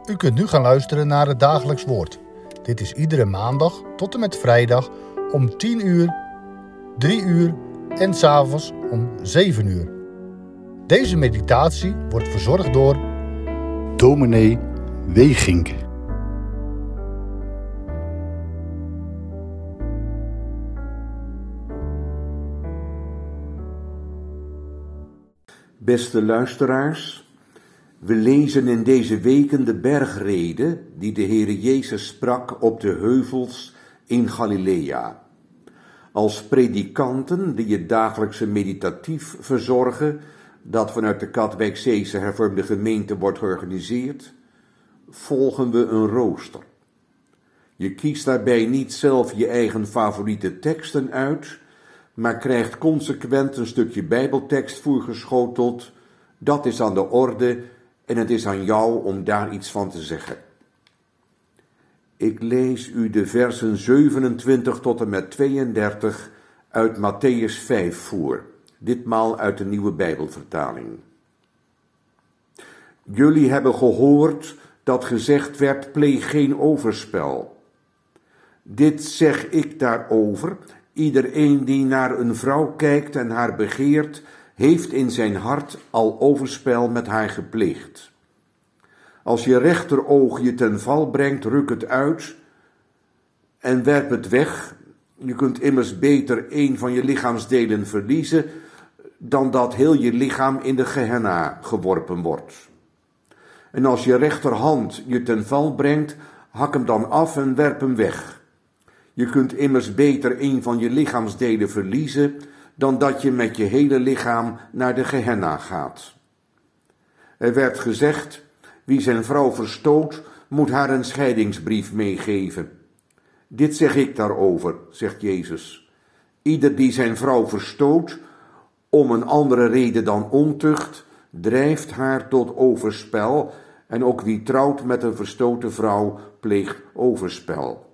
U kunt nu gaan luisteren naar het dagelijks woord. Dit is iedere maandag tot en met vrijdag om 10 uur, 3 uur en 's avonds om 7 uur. Deze meditatie wordt verzorgd door dominee Wegink. Beste luisteraars, we lezen in deze weken de bergrede die de Heere Jezus sprak op de heuvels in Galilea. Als predikanten die het dagelijkse meditatief verzorgen, dat vanuit de Katwijkseese hervormde gemeente wordt georganiseerd, volgen we een rooster. Je kiest daarbij niet zelf je eigen favoriete teksten uit, maar krijgt consequent een stukje Bijbeltekst voorgeschoteld. Dat is aan de orde en het is aan jou om daar iets van te zeggen. Ik lees u de versen 27 tot en met 32 uit Mattheüs 5 voor, ditmaal uit de Nieuwe Bijbelvertaling. Jullie hebben gehoord dat gezegd werd, pleeg geen overspel. Dit zeg ik daarover: iedereen die naar een vrouw kijkt en haar begeert, heeft in zijn hart al overspel met haar gepleegd. Als je rechteroog je ten val brengt, ruk het uit en werp het weg. Je kunt immers beter een van je lichaamsdelen verliezen, dan dat heel je lichaam in de Gehenna geworpen wordt. En als je rechterhand je ten val brengt, hak hem dan af en werp hem weg. Je kunt immers beter een van je lichaamsdelen verliezen, dan dat je met je hele lichaam naar de Gehenna gaat. Er werd gezegd: wie zijn vrouw verstoot, moet haar een scheidingsbrief meegeven. Dit zeg ik daarover, zegt Jezus. Ieder die zijn vrouw verstoot, om een andere reden dan ontucht, drijft haar tot overspel, en ook wie trouwt met een verstoten vrouw, pleegt overspel.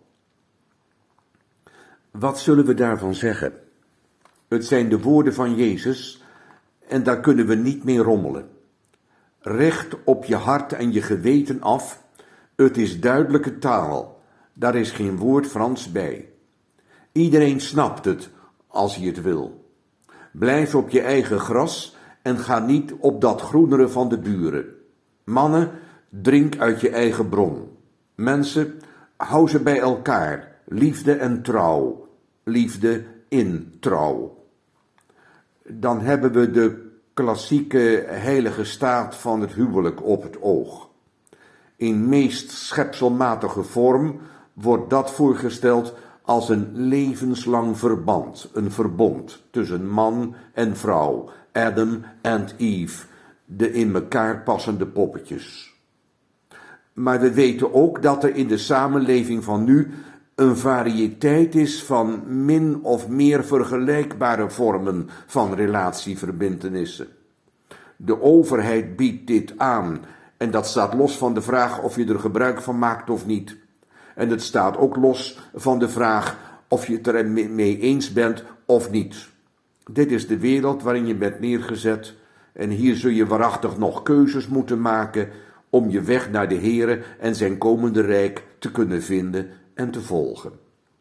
Wat zullen we daarvan zeggen? Het zijn de woorden van Jezus en daar kunnen we niet mee rommelen. Recht op je hart en je geweten af, het is duidelijke taal, daar is geen woord Frans bij. Iedereen snapt het als hij het wil. Blijf op je eigen gras en ga niet op dat groenere van de buren. Mannen, drink uit je eigen bron. Mensen, hou ze bij elkaar, liefde en trouw, liefde in trouw. Dan hebben we de klassieke heilige staat van het huwelijk op het oog. In meest schepselmatige vorm wordt dat voorgesteld als een levenslang verband, een verbond tussen man en vrouw, Adam en Eve, de in elkaar passende poppetjes. Maar we weten ook dat er in de samenleving van nu een variëteit is van min of meer vergelijkbare vormen van relatieverbintenissen. De overheid biedt dit aan en dat staat los van de vraag of je er gebruik van maakt of niet. En het staat ook los van de vraag of je het er mee eens bent of niet. Dit is de wereld waarin je bent neergezet en hier zul je waarachtig nog keuzes moeten maken om je weg naar de Heere en zijn komende rijk te kunnen vinden en te volgen.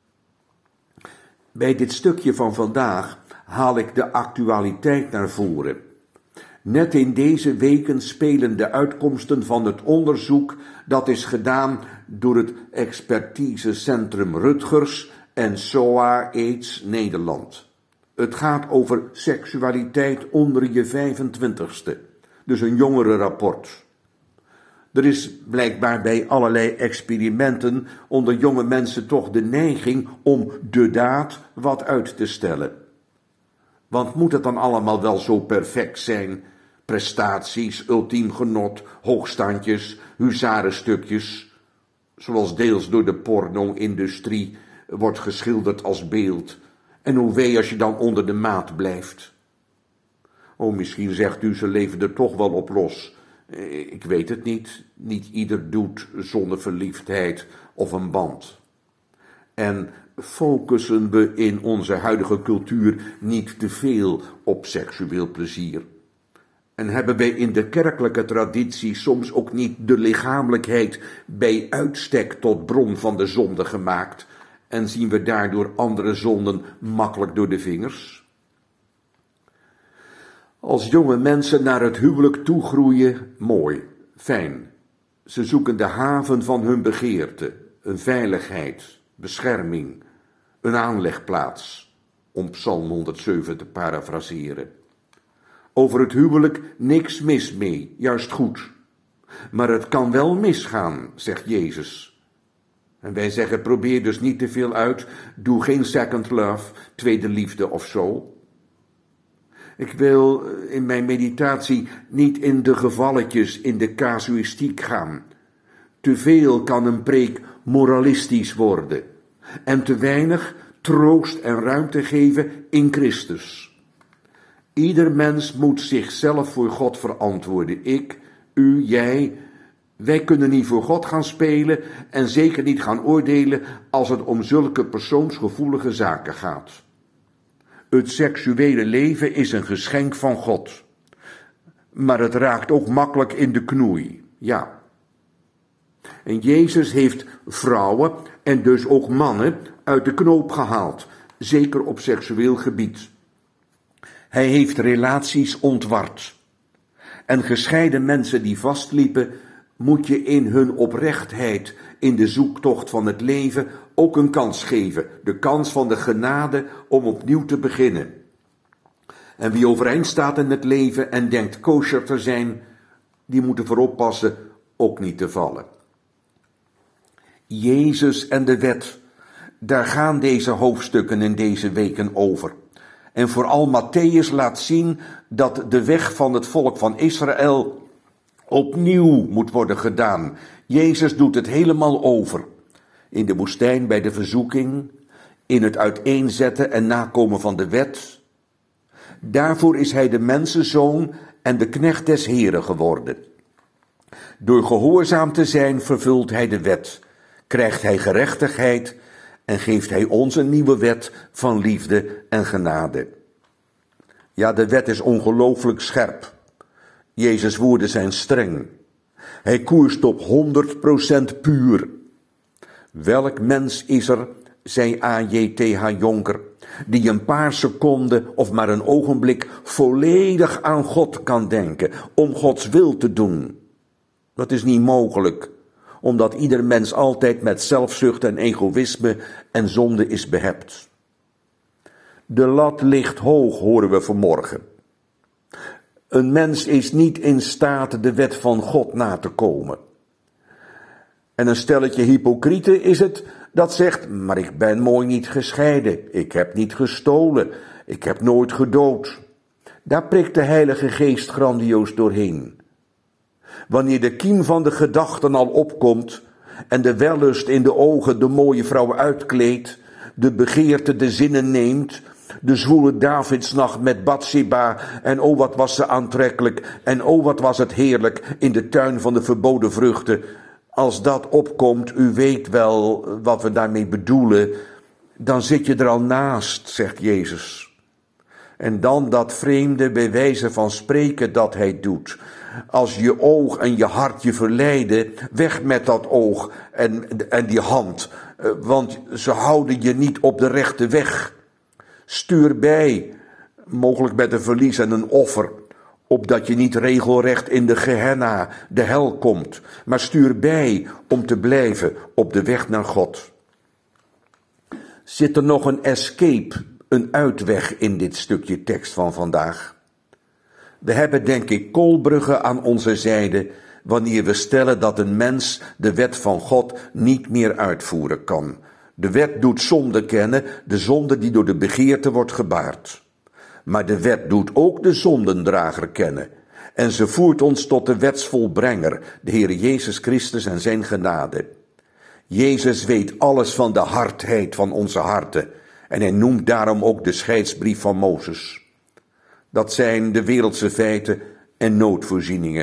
Bij dit stukje van vandaag haal ik de actualiteit naar voren. Net in deze weken spelen de uitkomsten van het onderzoek dat is gedaan door het expertisecentrum Rutgers en SOA AIDS Nederland. Het gaat over seksualiteit onder je 25ste, dus een jongerenrapport. Er is blijkbaar bij allerlei experimenten onder jonge mensen toch de neiging om de daad wat uit te stellen. Want moet het dan allemaal wel zo perfect zijn? Prestaties, ultiem genot, hoogstandjes, huzarenstukjes, zoals deels door de porno-industrie wordt geschilderd als beeld. En hoe wee als je dan onder de maat blijft. Oh, misschien zegt u, ze leven er toch wel op los. Ik weet het niet. Niet ieder doet zonder verliefdheid of een band. En focussen we in onze huidige cultuur niet te veel op seksueel plezier. En hebben wij in de kerkelijke traditie soms ook niet de lichamelijkheid bij uitstek tot bron van de zonde gemaakt en zien we daardoor andere zonden makkelijk door de vingers? Als jonge mensen naar het huwelijk toegroeien, mooi, fijn. Ze zoeken de haven van hun begeerte, een veiligheid, bescherming, een aanlegplaats, om Psalm 107 te parafraseren. Over het huwelijk niks mis mee, juist goed. Maar het kan wel misgaan, zegt Jezus. En wij zeggen, probeer dus niet te veel uit, doe geen second love, tweede liefde of zo. Ik wil in mijn meditatie niet in de gevalletjes, in de casuïstiek gaan. Te veel kan een preek moralistisch worden en te weinig troost en ruimte geven in Christus. Ieder mens moet zichzelf voor God verantwoorden. Ik, u, jij. Wij kunnen niet voor God gaan spelen en zeker niet gaan oordelen als het om zulke persoonsgevoelige zaken gaat. Het seksuele leven is een geschenk van God. Maar het raakt ook makkelijk in de knoei, ja. En Jezus heeft vrouwen en dus ook mannen uit de knoop gehaald, zeker op seksueel gebied. Hij heeft relaties ontward. En gescheiden mensen die vastliepen, moet je in hun oprechtheid, in de zoektocht van het leven, ook een kans geven. De kans van de genade om opnieuw te beginnen. En wie overeind staat in het leven en denkt kosher te zijn, die moeten voorop passen ook niet te vallen. Jezus en de wet, daar gaan deze hoofdstukken in deze weken over. En vooral Mattheüs laat zien dat de weg van het volk van Israël opnieuw moet worden gedaan. Jezus doet het helemaal over. In de woestijn bij de verzoeking, in het uiteenzetten en nakomen van de wet. Daarvoor is hij de mensenzoon en de knecht des Heren geworden. Door gehoorzaam te zijn vervult hij de wet, krijgt hij gerechtigheid en geeft hij ons een nieuwe wet van liefde en genade. Ja, de wet is ongelooflijk scherp. Jezus' woorden zijn streng. Hij koerst op 100% puur. Welk mens is er, zei A.J.T.H. Jonker, die een paar seconden of maar een ogenblik volledig aan God kan denken, om Gods wil te doen? Dat is niet mogelijk, omdat ieder mens altijd met zelfzucht en egoïsme en zonde is behept. De lat ligt hoog, horen we vanmorgen. Een mens is niet in staat de wet van God na te komen. En een stelletje hypocrieten is het dat zegt, maar ik ben mooi niet gescheiden, ik heb niet gestolen, ik heb nooit gedood. Daar prikt de Heilige Geest grandioos doorheen. Wanneer de kiem van de gedachten al opkomt en de wellust in de ogen de mooie vrouw uitkleedt, de begeerte de zinnen neemt, de zwoele Davidsnacht met Batsheba en oh wat was ze aantrekkelijk en oh wat was het heerlijk in de tuin van de verboden vruchten. Als dat opkomt, u weet wel wat we daarmee bedoelen, dan zit je er al naast, zegt Jezus. En dan dat vreemde bij wijze van spreken dat hij doet. Als je oog en je hart je verleiden, weg met dat oog en die hand, want ze houden je niet op de rechte weg. Stuur bij, mogelijk met een verlies en een offer, opdat je niet regelrecht in de Gehenna, de hel komt, maar stuur bij om te blijven op de weg naar God. Zit er nog een escape, een uitweg in dit stukje tekst van vandaag? We hebben denk ik Koolbrugge aan onze zijde wanneer we stellen dat een mens de wet van God niet meer uitvoeren kan. De wet doet zonde kennen, de zonde die door de begeerte wordt gebaard. Maar de wet doet ook de zondendrager kennen. En ze voert ons tot de wetsvolbrenger, de Heer Jezus Christus en zijn genade. Jezus weet alles van de hardheid van onze harten. En hij noemt daarom ook de scheidsbrief van Mozes. Dat zijn de wereldse feiten en noodvoorzieningen.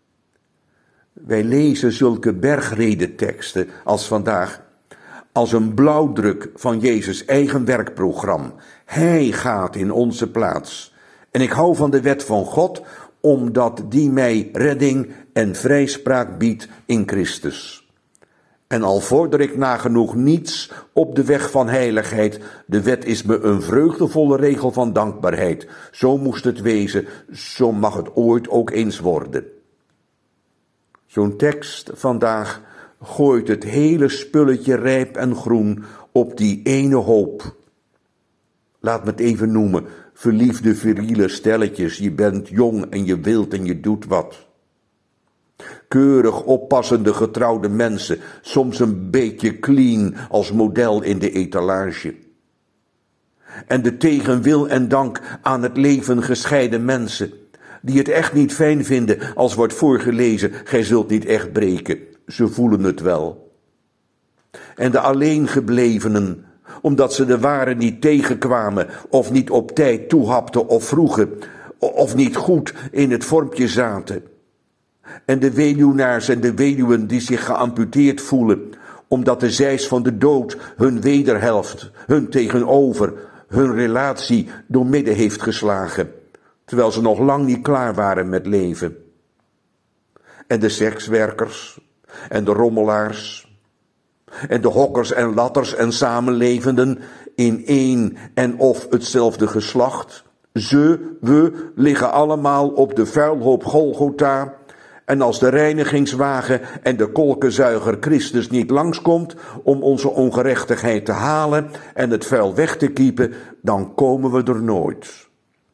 Wij lezen zulke bergredenteksten als vandaag als een blauwdruk van Jezus' eigen werkprogramma. Hij gaat in onze plaats. En ik hou van de wet van God omdat die mij redding en vrijspraak biedt in Christus. En al vorder ik nagenoeg niets op de weg van heiligheid, de wet is me een vreugdevolle regel van dankbaarheid. Zo moest het wezen, zo mag het ooit ook eens worden. Zo'n tekst vandaag gooit het hele spulletje rijp en groen op die ene hoop. Laat me het even noemen, verliefde viriele stelletjes, je bent jong en je wilt en je doet wat. Keurig oppassende getrouwde mensen, soms een beetje clean als model in de etalage. En de tegen wil en dank aan het leven gescheiden mensen, die het echt niet fijn vinden als wordt voorgelezen, gij zult niet echt breken, ze voelen het wel. En de alleengeblevenen, omdat ze de ware niet tegenkwamen, of niet op tijd toehapten of vroegen, of niet goed in het vormpje zaten. En de weduwnaars en de weduwen die zich geamputeerd voelen, omdat de zeis van de dood hun wederhelft, hun tegenover, hun relatie doormidden heeft geslagen, terwijl ze nog lang niet klaar waren met leven. En de sekswerkers en de rommelaars en de hokkers en latters en samenlevenden in één en of hetzelfde geslacht, we liggen allemaal op de vuilhoop Golgotha. En als de reinigingswagen en de kolkenzuiger Christus niet langskomt om onze ongerechtigheid te halen en het vuil weg te kiepen, dan komen we er nooit.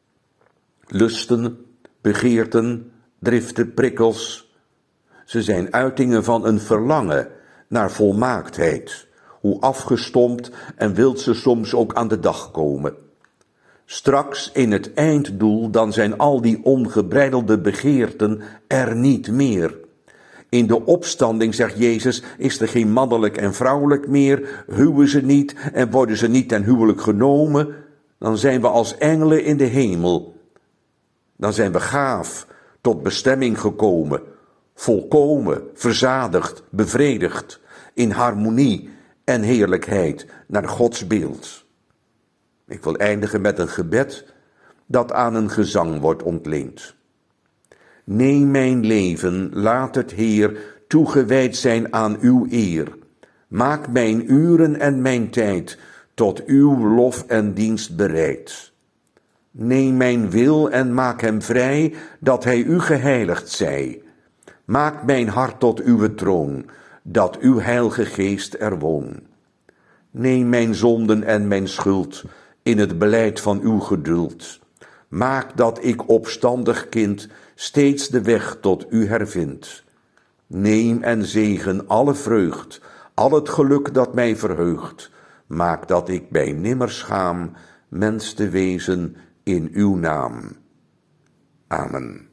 Lusten, begeerten, driften, prikkels, ze zijn uitingen van een verlangen naar volmaaktheid, hoe afgestompt en wild ze soms ook aan de dag komen. Straks in het einddoel, dan zijn al die ongebreidelde begeerten er niet meer. In de opstanding, zegt Jezus, is er geen mannelijk en vrouwelijk meer, huwen ze niet en worden ze niet ten huwelijk genomen. Dan zijn we als engelen in de hemel. Dan zijn we gaaf, tot bestemming gekomen, volkomen, verzadigd, bevredigd, in harmonie en heerlijkheid naar Gods beeld. Ik wil eindigen met een gebed dat aan een gezang wordt ontleend. Neem mijn leven, laat het Heer toegewijd zijn aan uw eer. Maak mijn uren en mijn tijd tot uw lof en dienst bereid. Neem mijn wil en maak hem vrij, dat hij u geheiligd zij. Maak mijn hart tot uw troon, dat uw heilige geest er woon. Neem mijn zonden en mijn schuld in het beleid van uw geduld. Maak dat ik opstandig kind steeds de weg tot u hervind. Neem en zegen alle vreugd, al het geluk dat mij verheugt. Maak dat ik mij nimmer schaam mens te wezen in uw naam. Amen.